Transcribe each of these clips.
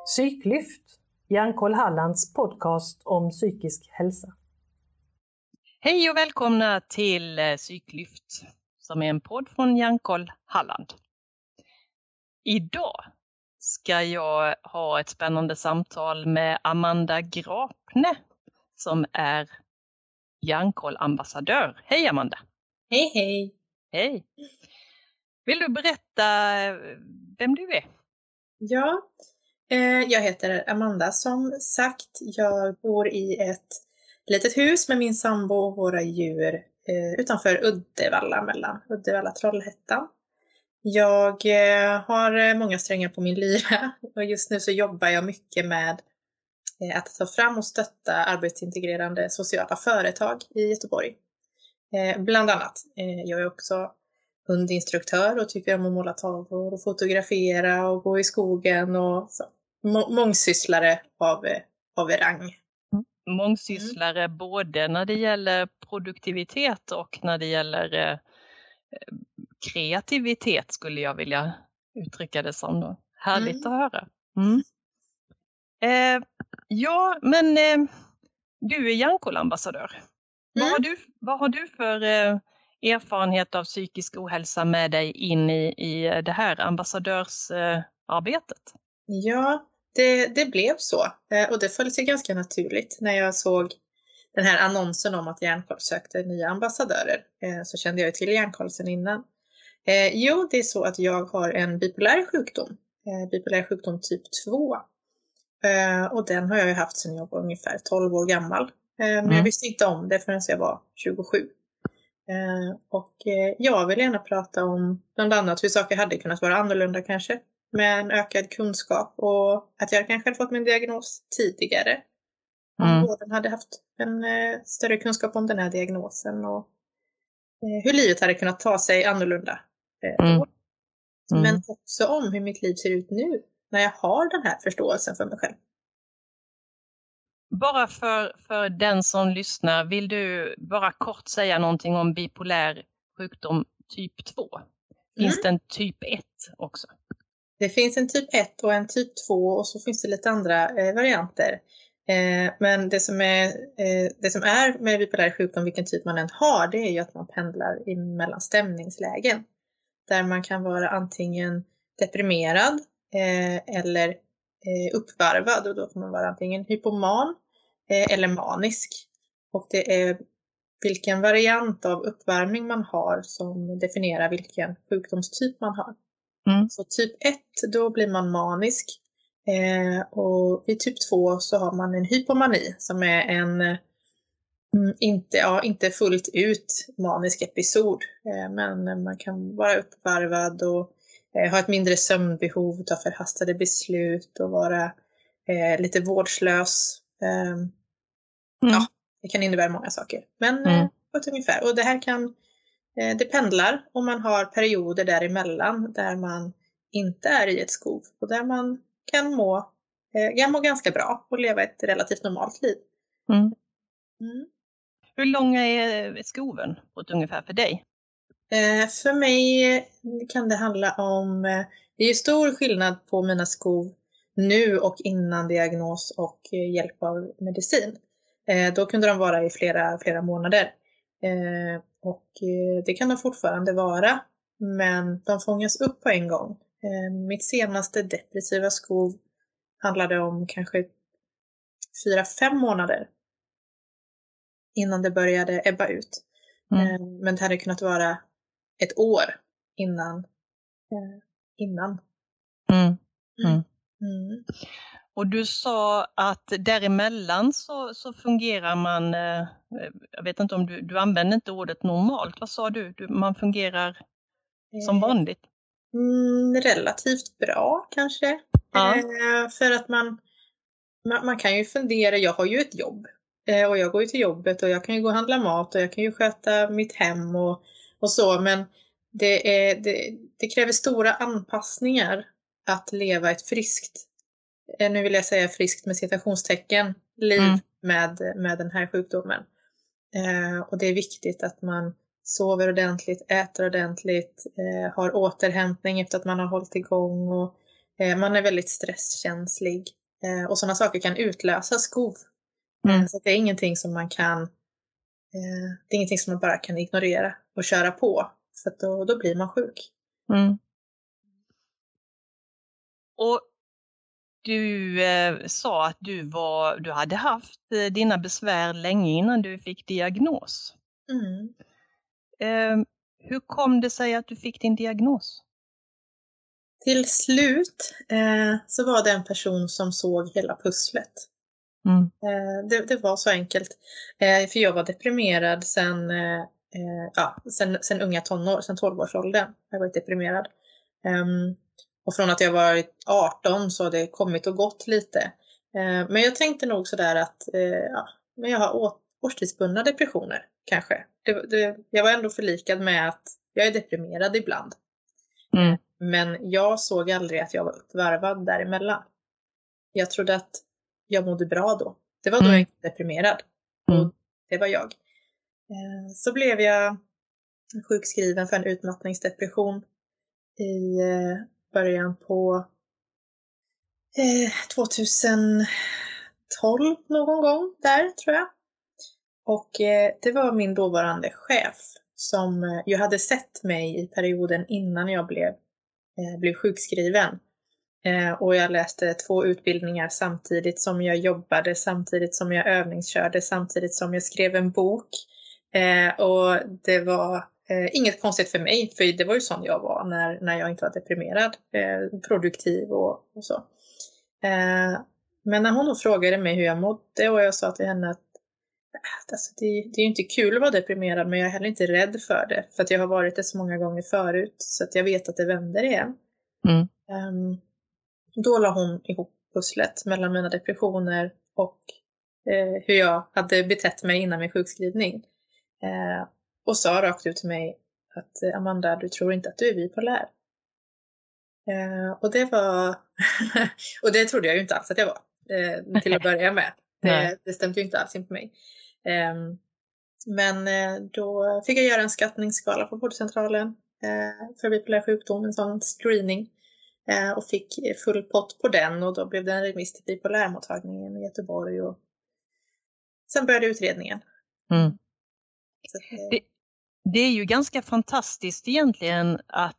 Psyklyft, Hjärnkoll Hallands podcast om psykisk hälsa. Hej och välkomna till Psyklyft som är en podd från Hjärnkoll Halland. Idag ska jag ha ett spännande samtal med Amanda Grapne som är Hjärnkoll-ambassadör. Hej Amanda! Hej hej! Hej! Vill du berätta vem du är? Ja, jag heter Amanda som sagt. Jag bor i ett litet hus med min sambo och våra djur utanför Uddevalla, mellan Uddevalla och Trollhättan. Jag har många strängar på min lyra och just nu så jobbar jag mycket med att ta fram och stötta arbetsintegrerande sociala företag i Göteborg. Bland annat. Jag är också hundinstruktör och tycker om att måla tavlor och fotografera och gå i skogen och så. Mångsysslare av rang. Mångsysslare både när det gäller produktivitet och när det gäller kreativitet skulle jag vilja uttrycka det som då. Härligt att höra. Ja, men du är Hjärnkoll-ambassadör. Vad har du för erfarenhet av psykisk ohälsa med dig in i det här ambassadörsarbetet? Ja, det blev så. Och det föll sig ganska naturligt. När jag såg den här annonsen om att Hjärnkoll sökte nya ambassadörer så kände jag till Hjärnkoll sedan innan. Jo, det är så att jag har en bipolär sjukdom. Bipolär sjukdom typ 2. Och den har jag ju haft sedan jag var ungefär 12 år gammal. Men jag visste inte om det förrän jag var 27. Och jag vill gärna prata om bland annat hur saker hade kunnat vara annorlunda kanske. Med en ökad kunskap och att jag kanske hade fått min diagnos tidigare. Om vården hade haft en större kunskap om den här diagnosen och hur livet hade kunnat ta sig annorlunda. Men också om hur mitt liv ser ut nu när jag har den här förståelsen för mig själv. Bara för den som lyssnar, vill du bara kort säga någonting om bipolär sjukdom typ 2? Finns det en typ 1 också? Det finns en typ 1 och en typ 2 och så finns det lite andra varianter. Men det som är med bipolär sjukdom, vilken typ man än har, det är ju att man pendlar mellan stämningslägen. Där man kan vara antingen deprimerad eller uppvarvad, och då kan man vara antingen hypoman eller manisk. Och det är vilken variant av uppvärmning man har som definierar vilken sjukdomstyp man har. Så typ 1, då blir man manisk. Och vid typ 2 så har man en hypomani som är en inte fullt ut manisk episod. Men man kan vara uppvarvad och ha ett mindre sömnbehov, ta förhastade beslut och vara lite vårdslös. Ja, det kan innebära många saker. Men på ett ungefär. Och det här det pendlar och man har perioder däremellan där man inte är i ett skov och där man kan må ganska bra och leva ett relativt normalt liv. Hur långa är skoven på ett ungefär för dig? För mig kan det handla om, det är ju stor skillnad på mina skov nu och innan diagnos och hjälp av medicin. Då kunde de vara i flera månader. Och det kan de fortfarande vara, men de fångas upp på en gång. Mitt senaste depressiva skov handlade om kanske 4-5 månader innan det började ebba ut. Men det hade kunnat vara ett år innan. Och du sa att däremellan så fungerar man, jag vet inte om du använder inte ordet normalt, vad sa du? Man fungerar som vanligt? Relativt bra kanske. För att man kan ju fundera, jag har ju ett jobb. Och jag går ju till jobbet och jag kan ju gå och handla mat och jag kan ju sköta mitt hem och så. Men det kräver stora anpassningar att leva ett friskt, nu vill jag säga friskt med citationstecken, liv med den här sjukdomen. Och det är viktigt att man sover ordentligt, äter ordentligt, har återhämtning efter att man har hållit igång och man är väldigt stresskänslig. Och sådana saker kan utlösa skov. Så det är ingenting som man kan, det är ingenting som man bara kan ignorera och köra på. För att då blir man sjuk. Och du sa att du hade haft dina besvär länge innan du fick diagnos. Hur kom det sig att du fick din diagnos? Till slut så var det en person som såg hela pusslet. Det var så enkelt. För jag var deprimerad sen unga tonår, sen 12-årsåldern. Jag var deprimerad. Och från att jag var 18 så har det kommit och gått lite. Men jag tänkte nog sådär att men jag har årstidsbundna depressioner kanske. Jag var ändå förlikad med att jag är deprimerad ibland. Men jag såg aldrig att jag var uppvarvad däremellan. Jag trodde att jag mådde bra då. Det var då jag inte var deprimerad. Och det var jag. Så blev jag sjukskriven för en utmattningsdepression i början på 2012 någon gång där, tror jag. Och det var min dåvarande chef som ju hade sett mig i perioden innan jag blev sjukskriven. Och jag läste 2 utbildningar samtidigt som jag jobbade, samtidigt som jag övningskörde, samtidigt som jag skrev en bok. Och det var inget konstigt för mig, för det var ju sån jag var när jag inte var deprimerad, produktiv och så. Men när hon då frågade mig hur jag mådde och jag sa till henne att alltså, det är ju inte kul att vara deprimerad, men jag är heller inte rädd för det. För att jag har varit det så många gånger förut, så att jag vet att det vänder igen. Då la hon ihop pusslet mellan mina depressioner och hur jag hade betett mig innan min sjukskrivning. Och sa rakt ut till mig att Amanda, du tror inte att du är bipolär. Och det var och det trodde jag ju inte alls att jag var till att börja med. Det stämde ju inte alls in på mig. Men då fick jag göra en skattningsskala på vårdcentralen för bipolär sjukdom, en sån screening. Och fick full pott på den, och då blev det en remiss till bipolärmottagningen i Göteborg. Och sen började utredningen. Så det är ju ganska fantastiskt egentligen att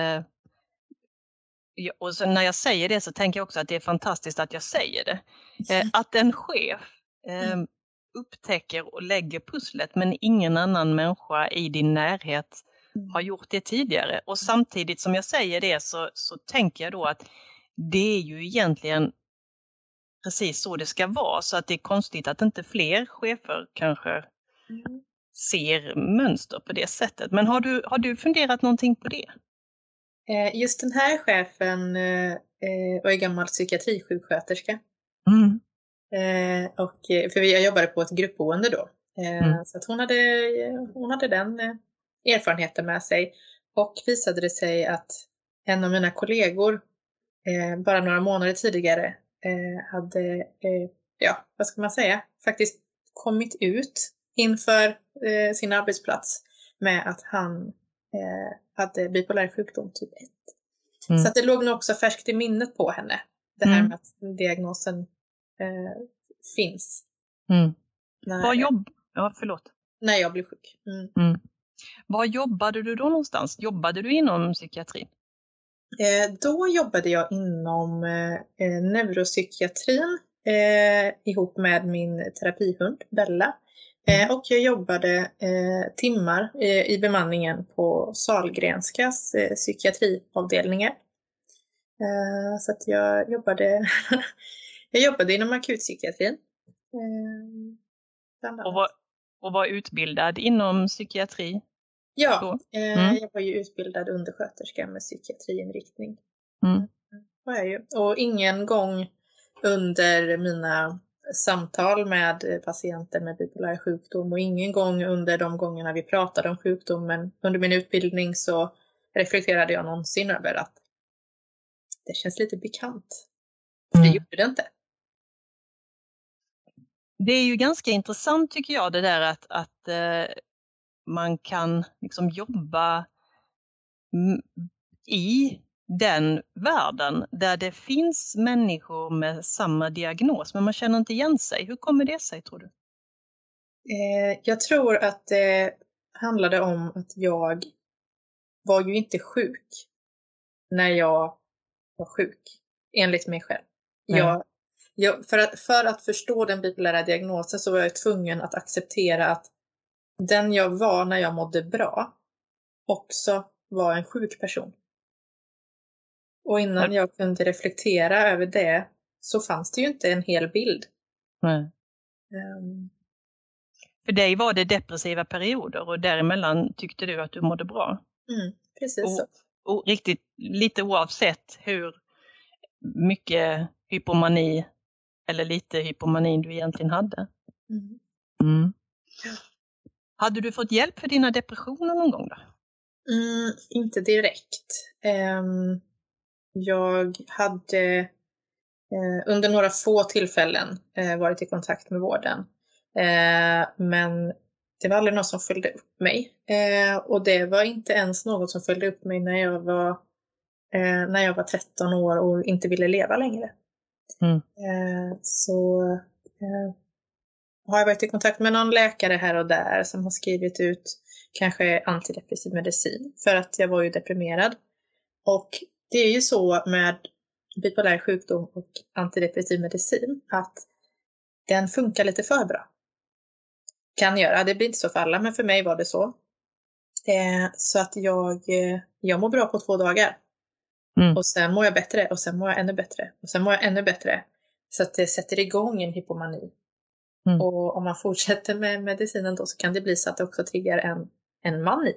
och så när jag säger det så tänker jag också att det är fantastiskt att jag säger det. Att en chef upptäcker och lägger pusslet, men ingen annan människa i din närhet har gjort det tidigare. Och samtidigt som jag säger det så tänker jag då att det är ju egentligen precis så det ska vara. Så att det är konstigt att inte fler chefer kanske ser mönster på det sättet. Men har du funderat någonting på det? Just den här chefen var ju gammal psykiatrisjuksköterska. Och för jag jobbade på ett gruppboende då. Så att hon hade den erfarenheten med sig. Och visade det sig att en av mina kollegor bara några månader tidigare hade, vad ska man säga, faktiskt kommit ut inför sin arbetsplats med att han hade bipolär sjukdom typ 1. Så att det låg nog också färskt i minnet på henne. Det här med att diagnosen finns. När jag blev sjuk. Var jobbade du då någonstans? Jobbade du inom psykiatrin? Då jobbade jag inom neuropsykiatrin ihop med min terapihund Bella. Och jag jobbade timmar i bemanningen på Sahlgrenskas psykiatriavdelningar. Så att jag jobbade inom akutpsykiatrin. Och var utbildad inom psykiatri? Ja, jag var ju utbildad undersköterska med psykiatriinriktning. Var jag ju. Och ingen gång under mina samtal med patienter med bipolär sjukdom och ingen gång under de gångerna vi pratade om sjukdomen under min utbildning så reflekterade jag någonsin över att det känns lite bekant. Det gjorde det inte. Det är ju ganska intressant tycker jag det där att man kan liksom jobba i den världen där det finns människor med samma diagnos men man känner inte igen sig. Hur kommer det sig, tror du? Jag tror att det handlade om att jag var ju inte sjuk när jag var sjuk, enligt mig själv. För att förstå den bipolära diagnosen så var jag tvungen att acceptera att den jag var när jag mådde bra också var en sjuk person. Och innan jag kunde reflektera över det så fanns det ju inte en hel bild. Nej. För dig var det depressiva perioder och däremellan tyckte du att du mådde bra. Precis så. Och riktigt, lite oavsett hur mycket hypomani eller lite hypomani du egentligen hade. Hade du fått hjälp för dina depressioner någon gång då? Inte direkt. Jag hade under några få tillfällen varit i kontakt med vården. Men det var aldrig något som följde upp mig. Och det var inte ens något som följde upp mig när jag var 13 år och inte ville leva längre. Så har jag varit i kontakt med någon läkare här och där som har skrivit ut kanske antidepressiv medicin för att jag var ju deprimerad. Och det är ju så med bipolär sjukdom och antidepressiv medicin att den funkar lite för bra. Kan göra, det blir inte så för alla, men för mig var det så. Så att jag mår bra på 2 dagar. Och sen mår jag bättre och sen mår jag ännu bättre. Och sen mår jag ännu bättre. Så att det sätter igång en hypomani. Och om man fortsätter med medicinen då så kan det bli så att det också triggar en mani.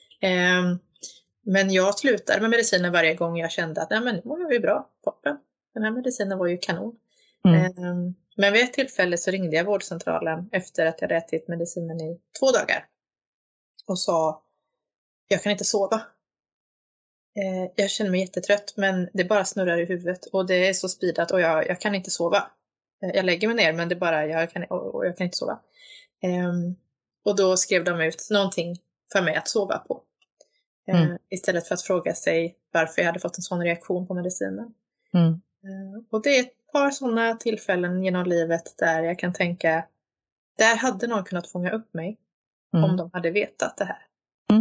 Men jag slutade med medicinen varje gång jag kände att nej, men nu mår jag ju bra. Toppen. Den här medicinen var ju kanon. Men vid ett tillfälle så ringde jag vårdcentralen efter att jag ätit medicinen i 2 dagar. Och sa, jag kan inte sova. Jag känner mig jättetrött men det bara snurrar i huvudet. Och det är så speedat och jag kan inte sova. Jag lägger mig ner men det bara, jag kan inte sova. Och då skrev de ut någonting för mig att sova på. Istället för att fråga sig varför jag hade fått en sån reaktion på medicinen. Och det är ett par sådana tillfällen genom livet där jag kan tänka, där hade någon kunnat fånga upp mig om de hade vetat det här.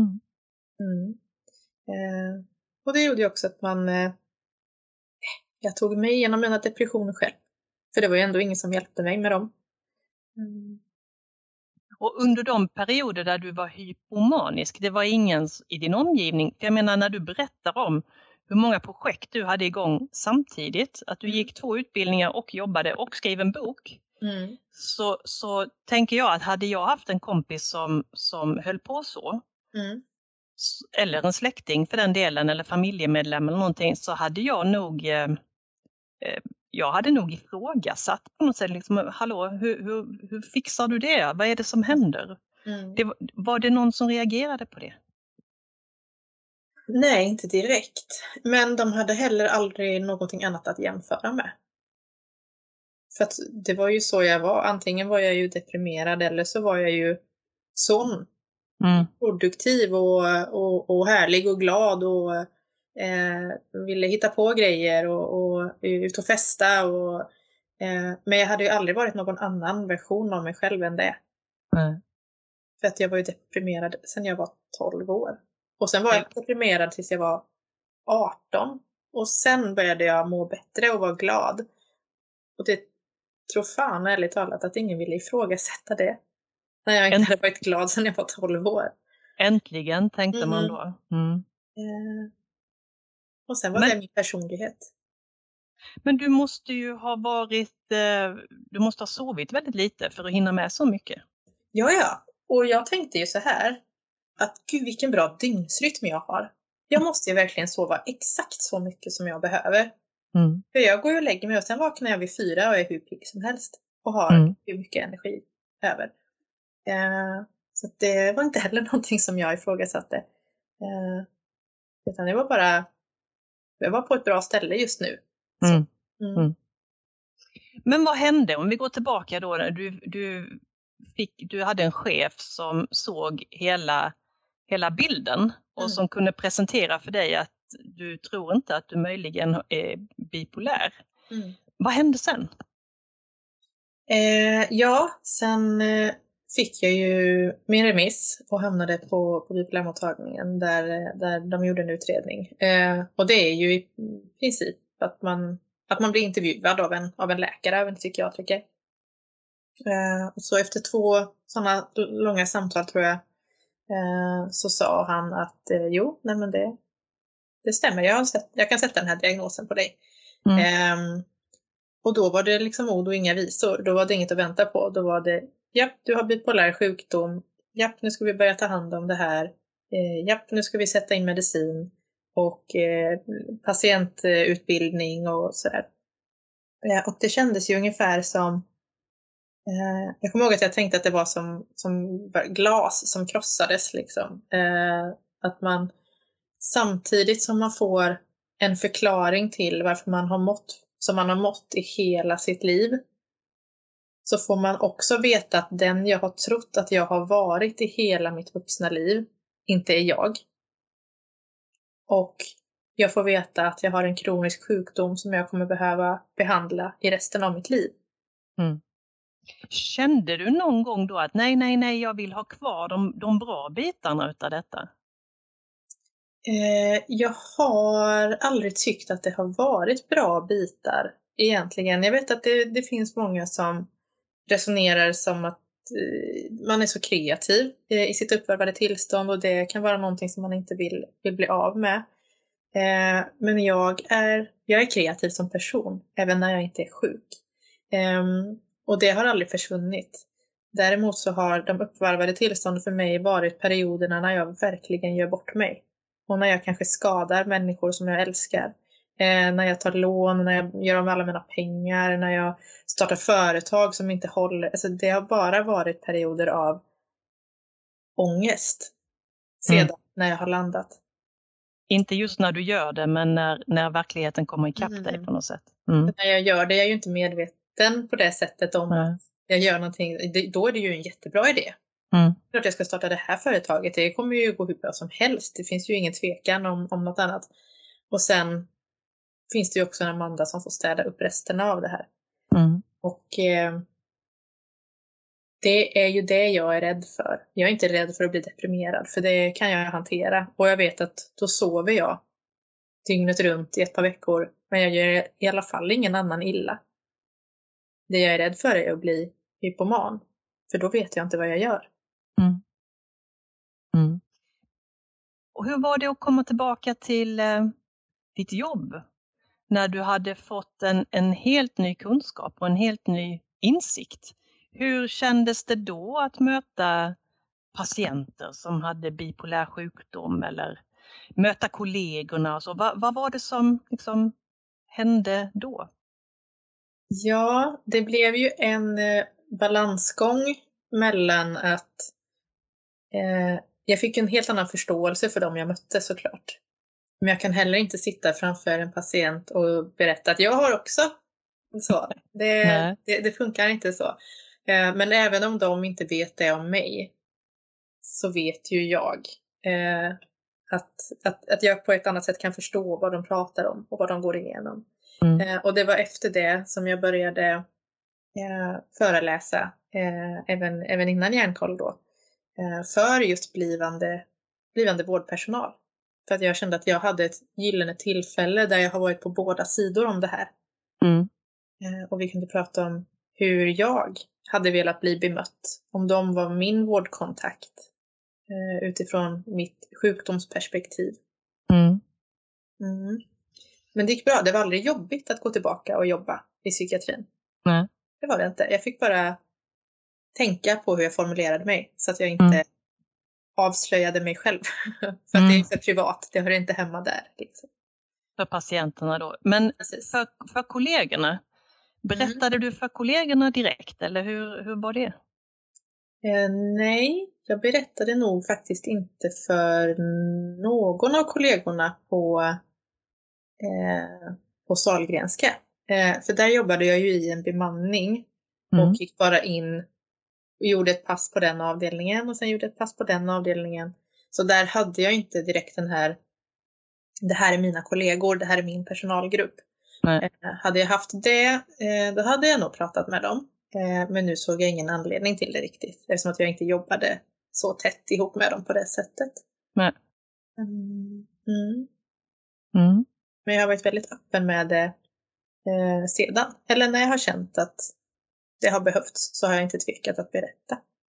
Och det gjorde ju också att jag tog mig igenom mina depressioner själv. För det var ju ändå ingen som hjälpte mig med dem. Och under de perioder där du var hypomanisk, det var ingen i din omgivning. För jag menar, när du berättar om hur många projekt du hade igång samtidigt, att du gick 2 utbildningar och jobbade och skrev en bok. Så tänker jag att hade jag haft en kompis som höll på så, eller en släkting för den delen, eller familjemedlem eller någonting, så hade jag nog ifrågasatt på något sätt, liksom, hallå, hur fixar du det? Vad är det som händer? Var det någon som reagerade på det? Nej, inte direkt. Men de hade heller aldrig någonting annat att jämföra med. För att det var ju så jag var. Antingen var jag ju deprimerad eller så var jag ju sån. Produktiv och härlig och glad och ville hitta på grejer och ut och festa. Men jag hade ju aldrig varit någon annan version av mig själv än det. För att jag var ju deprimerad sedan jag var 12 år. Och sen var jag deprimerad tills jag var 18. Och sen började jag må bättre och vara glad. Och det tror fan ärligt talat att ingen ville ifrågasätta det. När jag inte hade varit glad sedan jag var 12 år. Äntligen, tänkte man då. Och sen var det min personlighet. Men du måste ju ha du måste ha sovit väldigt lite för att hinna med så mycket. Ja. Och jag tänkte ju så här. Att gud vilken bra dygnsrytm jag har. Jag måste ju verkligen sova exakt så mycket som jag behöver. För jag går ju och lägger mig och sen vaknar jag vid 4 och är hur pigg som helst. Och har hur mycket energi över. Så det var inte heller någonting som jag ifrågasatte. Utan det var bara, jag var på ett bra ställe just nu. Men vad hände om vi går tillbaka då när du hade en chef som såg hela bilden och som kunde presentera för dig att du tror inte att du möjligen är bipolär. Mm. Vad hände sen? Sen fick jag ju min remiss och hamnade på bipolärmottagningen där de gjorde en utredning. Och det är ju i princip att man blir intervjuad av en läkare, av en psykiatriker. Så efter 2 sådana långa samtal tror jag, så sa han att det stämmer, jag kan sätta den här diagnosen på dig. Och då var det liksom ord och inga visor. Då var det inget att vänta på. Då var det, du har bipolär sjukdom. Nu ska vi börja ta hand om det här. Nu ska vi sätta in medicin och patientutbildning och sådär. Och det kändes ju ungefär som, jag kommer ihåg att jag tänkte att det var som glas som krossades liksom. Att man samtidigt som man får en förklaring till varför man har mått som man har mått i hela sitt liv, så får man också veta att den jag har trott att jag har varit i hela mitt vuxna liv inte är jag. Och jag får veta att jag har en kronisk sjukdom som jag kommer behöva behandla i resten av mitt liv. Kände du någon gång då att nej, jag vill ha kvar de bra bitarna utav detta? Jag har aldrig tyckt att det har varit bra bitar egentligen. Jag vet att det finns många som resonerar som att man är så kreativ i sitt uppvarvade tillstånd och det kan vara någonting som man inte vill bli av med. Men jag är kreativ som person, även när jag inte är sjuk. Och det har aldrig försvunnit. Däremot så har de uppvarvade tillstånden för mig varit perioderna när jag verkligen gör bort mig. Och när jag kanske skadar människor som jag älskar. När jag tar lån, när jag gör av med alla mina pengar, när jag startar företag som inte håller. Alltså det har bara varit perioder av ångest sedan när jag har landat. Inte just när du gör det, men när verkligheten kommer ikapp dig på något sätt. När jag gör det, jag är ju inte medveten på det sättet om att jag gör någonting. Då är det ju en jättebra idé. Att jag ska starta det här företaget, det kommer ju gå hur bra som helst. Det finns ju ingen tvekan om något annat. Och sen finns det ju också en Amanda som får städa upp resten av det här. Och det är ju det jag är rädd för. Jag är inte rädd för att bli deprimerad, för det kan jag hantera. Och jag vet att då sover jag dygnet runt i ett par veckor. Men jag gör i alla fall ingen annan illa. Det jag är rädd för är att bli hypoman. För då vet jag inte vad jag gör. Och hur var det att komma tillbaka till ditt jobb? När du hade fått en helt ny kunskap och en helt ny insikt. Hur kändes det då att möta patienter som hade bipolär sjukdom eller möta kollegorna och så? Vad var det som liksom hände då? Ja, det blev ju en balansgång mellan att jag fick en helt annan förståelse för dem jag mötte såklart. Men jag kan heller inte sitta framför en patient och berätta att jag har också så. Det funkar inte så. Men även om de inte vet det om mig, så vet ju jag att jag på ett annat sätt kan förstå vad de pratar om och vad de går igenom. Och det var efter det som jag började föreläsa, även innan Hjärnkoll då, för just blivande vårdpersonal. För att jag kände att jag hade ett gyllene tillfälle där jag har varit på båda sidor om det här. Och vi kunde prata om hur jag hade velat bli bemött om de var min vårdkontakt utifrån mitt sjukdomsperspektiv. Men det gick bra. Det var aldrig jobbigt att gå tillbaka och jobba i psykiatrin. Det var det inte. Jag fick bara tänka på hur jag formulerade mig så att jag inte avslöjade mig själv. För att det är för privat. Det hör inte hemma där. Liksom. För patienterna då. Men för kollegorna, berättade du för kollegorna direkt eller hur var det? Nej, jag berättade nog faktiskt inte för någon av kollegorna på Sahlgrenska. För där jobbade jag ju i en bemanning och gick bara in och gjorde ett pass på den avdelningen och sen gjorde ett pass på den avdelningen. Så där hade jag inte direkt den här det här är mina kollegor, det här är min personalgrupp. Nej. Hade jag haft det, då hade jag nog pratat med dem. Men nu såg jag ingen anledning till det riktigt. Eftersom att jag inte jobbade så tätt ihop med dem på det sättet. Nej. Men jag har varit väldigt öppen med det sedan. Eller när jag har känt att det har behövts så har jag inte tvekat att berätta.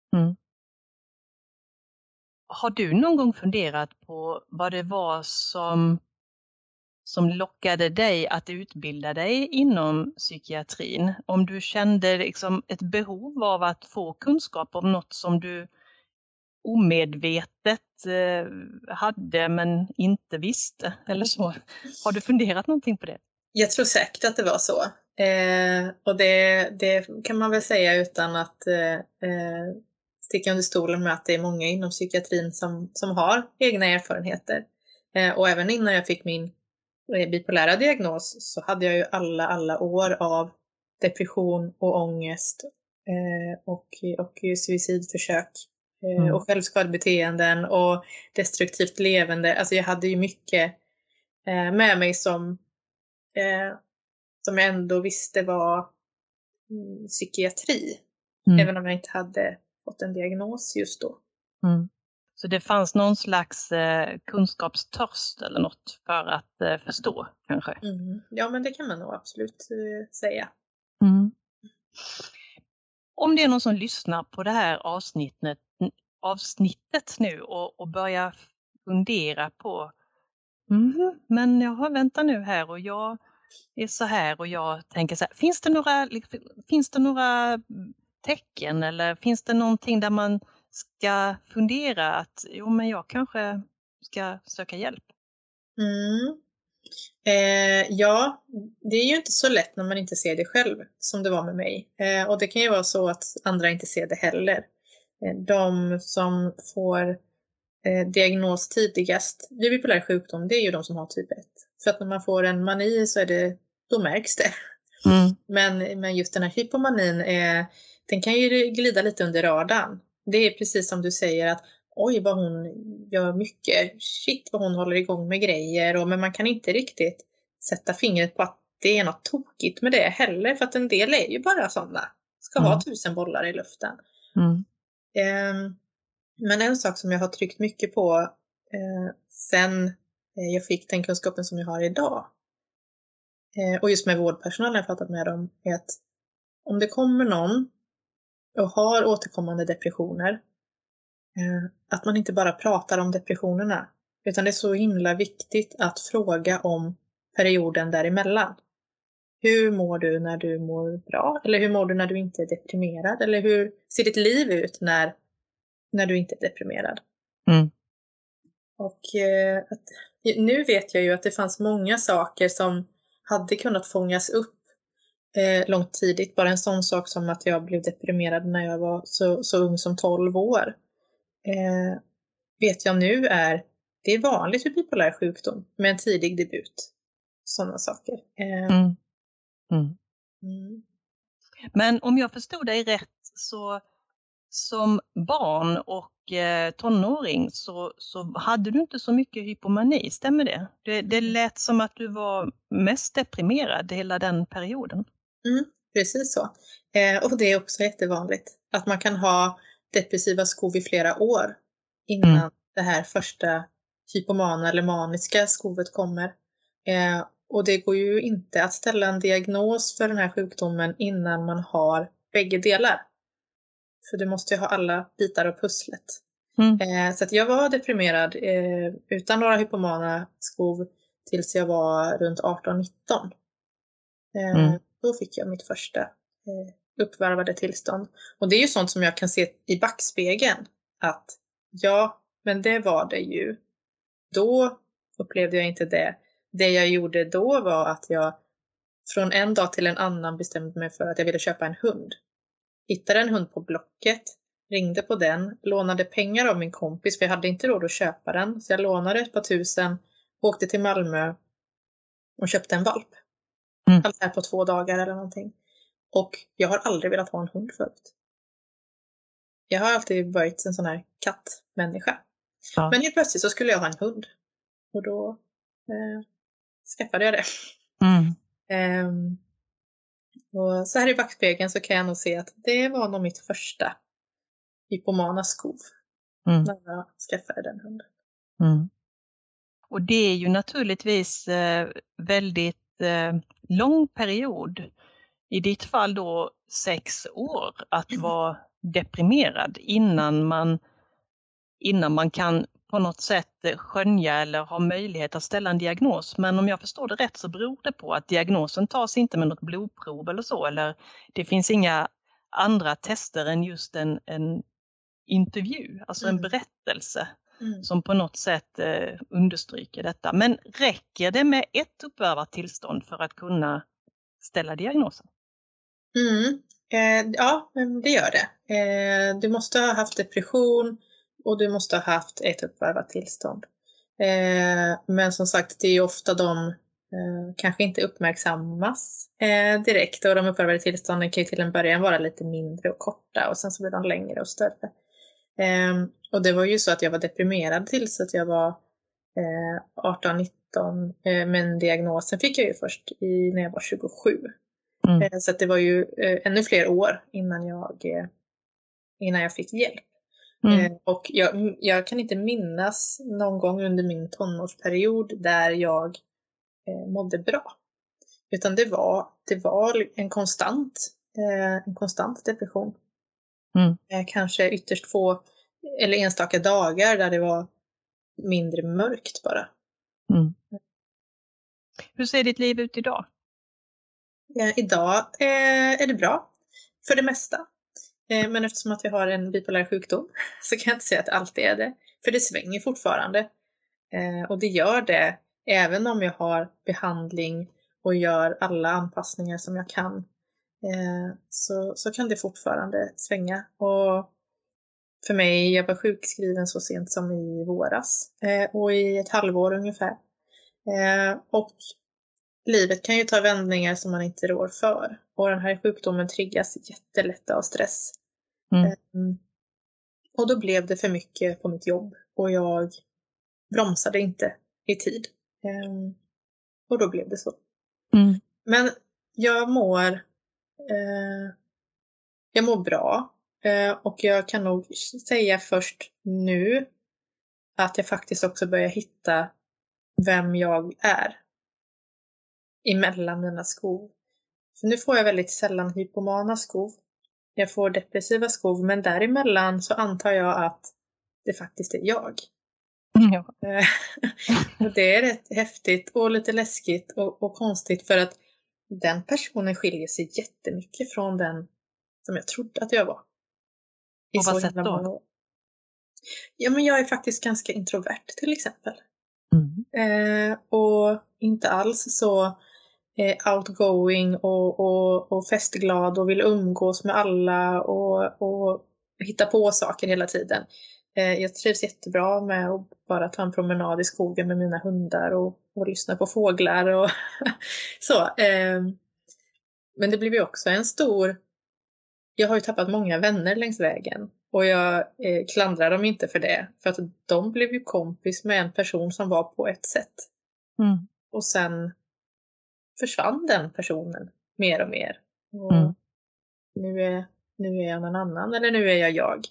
Har du någon gång funderat på vad det var som lockade dig att utbilda dig inom psykiatrin? Om du kände liksom ett behov av att få kunskap om något som du omedvetet hade men inte visste eller så. Har du funderat någonting på det? Jag tror säkert att det var så. Och det kan man väl säga utan att sticka under stolen med att det är många inom psykiatrin som har egna erfarenheter. Och även innan jag fick min bipolära diagnos så hade jag ju alla år av depression och ångest och suicidförsök och självskadebeteenden och destruktivt levande. Alltså jag hade ju mycket med mig som jag ändå visste var psykiatri. Även om jag inte hade fått en diagnos just då. Så det fanns någon slags kunskapstörst eller något för att förstå kanske? Ja, men det kan man nog absolut säga. Om det är någon som lyssnar på det här avsnittet nu och börjar fundera på men vänta nu här och jag är så här och jag tänker så här. Finns det några tecken eller finns det någonting där man ska fundera att men jag kanske ska söka hjälp? Ja, det är ju inte så lätt när man inte ser det själv som det var med mig. Och det kan ju vara så att andra inte ser det heller. De som får diagnos tidigast vid bipolär sjukdom, det är ju de som har typ 1. För att när man får en mani så då märks det. Men just den här hypomanin, den kan ju glida lite under radarn. Det är precis som du säger att oj vad hon gör mycket, shit vad hon håller igång med grejer. Men man kan inte riktigt sätta fingret på att det är något tokigt med det heller. För att en del är ju bara sådana, ska ha 1000 bollar i luften. Men en sak som jag har tryckt mycket på sen jag fick den kunskapen som jag har idag. Och just med vårdpersonalen jag pratat med dem är att om det kommer någon och har återkommande depressioner, att man inte bara pratar om depressionerna, utan det är så himla viktigt att fråga om perioden däremellan. Hur mår du när du mår bra? Eller hur mår du när du inte är deprimerad? Eller hur ser ditt liv ut när du inte är deprimerad? Och nu vet jag ju att det fanns många saker som hade kunnat fångas upp långt tidigt. Bara en sån sak som att jag blev deprimerad när jag var så ung som 12 år. Vet jag nu det är vanligt vid bipolär sjukdom med en tidig debut. Sådana saker. Men om jag förstod dig rätt så som barn och tonåring så hade du inte så mycket hypomani, stämmer det? Det lät som att du var mest deprimerad hela den perioden. Precis så. Och det är också jättevanligt att man kan ha depressiva skov i flera år innan det här första hypomana eller maniska skovet kommer. Och det går ju inte att ställa en diagnos för den här sjukdomen innan man har bägge delar. För du måste ju ha alla bitar av pusslet. Så att jag var deprimerad utan några hypomana skov tills jag var runt 18-19. Då fick jag mitt första uppvarvade tillstånd. Och det är ju sånt som jag kan se i backspegeln. Att ja, men det var det ju. Då upplevde jag inte det. Det jag gjorde då var att jag från en dag till en annan bestämde mig för att jag ville köpa en hund. Hittade en hund på Blocket, ringde på den, lånade pengar av min kompis för jag hade inte råd att köpa den. Så jag lånade ett par tusen, åkte till Malmö och köpte en valp. Allt här på 2 dagar eller någonting. Och jag har aldrig velat ha en hund förut. Jag har alltid varit en sån här kattmänniska. Ja. Men helt plötsligt så skulle jag ha en hund. Och då skaffade jag det. Och så här i backspegeln så kan jag nog se att det var nog mitt första hypomana skov när jag skaffade den hunden. Och det är ju naturligtvis väldigt lång period, i ditt fall då 6 år, att vara deprimerad innan man kan på något sätt skönja eller ha möjlighet att ställa en diagnos. Men om jag förstår det rätt så beror det på att diagnosen tas inte med något blodprov eller så, eller det finns inga andra tester än just en intervju, alltså en berättelse som på något sätt understryker detta. Men räcker det med ett uppövat tillstånd för att kunna ställa diagnosen? Ja, det gör det. Du måste ha haft depression och du måste ha haft ett uppövat tillstånd. Men som sagt, det är ju ofta de kanske inte uppmärksammas direkt, och de uppövade tillstånden kan ju till en början vara lite mindre och korta och sen så blir de längre och större. Och det var ju så att jag var deprimerad tills att jag var 18-19, men diagnosen fick jag ju först när jag var 27. Så att det var ju ännu fler år innan jag fick hjälp. Och jag kan inte minnas någon gång under min tonårsperiod där jag mådde bra. Utan det var en konstant depression. Kanske ytterst få eller enstaka dagar där det var mindre mörkt bara. Hur ser ditt liv ut idag? Idag är det bra för det mesta. Men eftersom att jag har en bipolär sjukdom så kan jag inte säga att allt är det. För det svänger fortfarande. Och det gör det även om jag har behandling och gör alla anpassningar som jag kan. Så kan det fortfarande svänga. Och för mig, jag var sjukskriven så sent som i våras. Och i ett halvår ungefär. Och livet kan ju ta vändningar som man inte rår för. Och den här sjukdomen triggas jättelätt av stress. Och då blev det för mycket på mitt jobb. Och jag bromsade inte i tid. Och då blev det så. Men jag mår bra. Och jag kan nog säga först nu att jag faktiskt också börjar hitta vem jag är emellan mina skov. För nu får jag väldigt sällan hypomana skov. Jag får depressiva skov, men däremellan så antar jag att det faktiskt är jag. Och det är rätt häftigt och lite läskigt och konstigt, för att den personen skiljer sig jättemycket från den som jag trodde att jag var. På vad sätt då? Ja, men jag är faktiskt ganska introvert till exempel. Och inte alls så outgoing och festglad och vill umgås med alla och hitta på saker hela tiden. Jag trivs jättebra med att bara ta en promenad i skogen med mina hundar och lyssna på fåglar och så. Men det blev ju också jag har ju tappat många vänner längs vägen. Och jag klandrar dem inte för det. För att de blev ju kompis med en person som var på ett sätt. Och sen försvann den personen mer och mer. Och nu är jag någon annan. Eller nu är jag.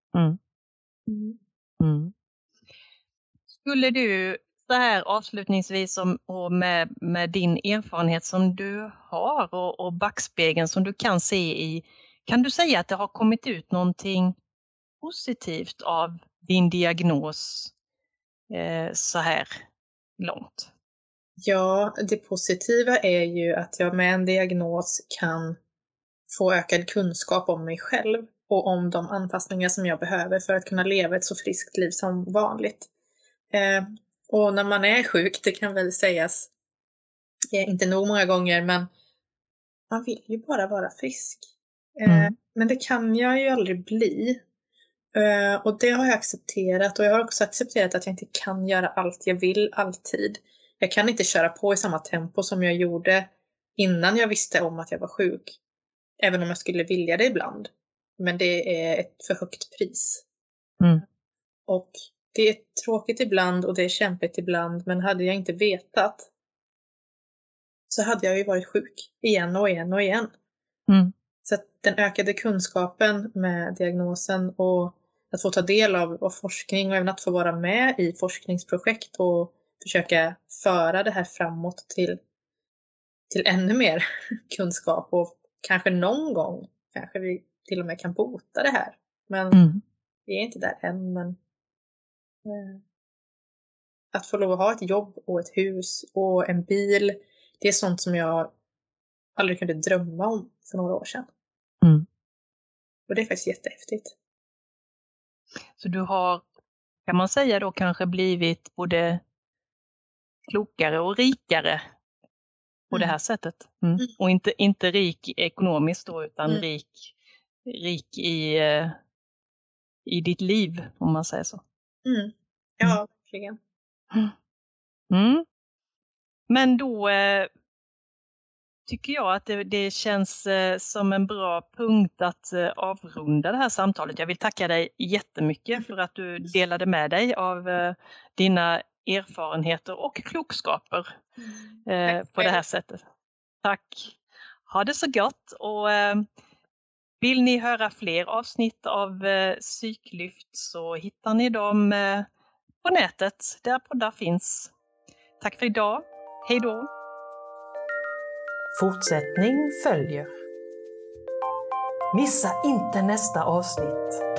Skulle du så här avslutningsvis och med din erfarenhet som du har och backspegeln som du kan se i, kan du säga att det har kommit ut någonting positivt av din diagnos så här långt? Ja, det positiva är ju att jag med en diagnos kan få ökad kunskap om mig själv och om de anpassningar som jag behöver för att kunna leva ett så friskt liv som vanligt. Och när man är sjuk, det kan väl sägas inte nog många gånger, men man vill ju bara vara frisk. Men det kan jag ju aldrig bli. Och det har jag accepterat, och jag har också accepterat att jag inte kan göra allt jag vill alltid. Jag kan inte köra på i samma tempo som jag gjorde innan jag visste om att jag var sjuk. Även om jag skulle vilja det ibland. Men det är ett för högt pris. Och det är tråkigt ibland och det är kämpigt ibland, men hade jag inte vetat så hade jag ju varit sjuk igen och igen och igen. Mm. Så att den ökade kunskapen med diagnosen och att få ta del av forskning och även att få vara med i forskningsprojekt och försöka föra det här framåt till ännu mer kunskap och kanske någon gång kanske vi till och med kan bota det här. Men vi är inte där än. Men att få lov att ha ett jobb och ett hus och en bil, det är sånt som jag aldrig kunde drömma om för några år sedan. Mm. Och det är faktiskt jättehäftigt. Så du har, kan man säga då, kanske blivit både klokare och rikare på det här sättet. Mm. Och inte rik ekonomiskt då, utan rik i ditt liv, om man säger så. Ja, verkligen. Men då tycker jag att det känns som en bra punkt att avrunda det här samtalet. Jag vill tacka dig jättemycket för att du delade med dig av dina erfarenheter och klokskaper på det här sättet. Tack! Ha det så gott, och vill ni höra fler avsnitt av Psyklyft så hittar ni dem på nätet där poddar finns. Tack för idag. Hej då! Fortsättning följer. Missa inte nästa avsnitt.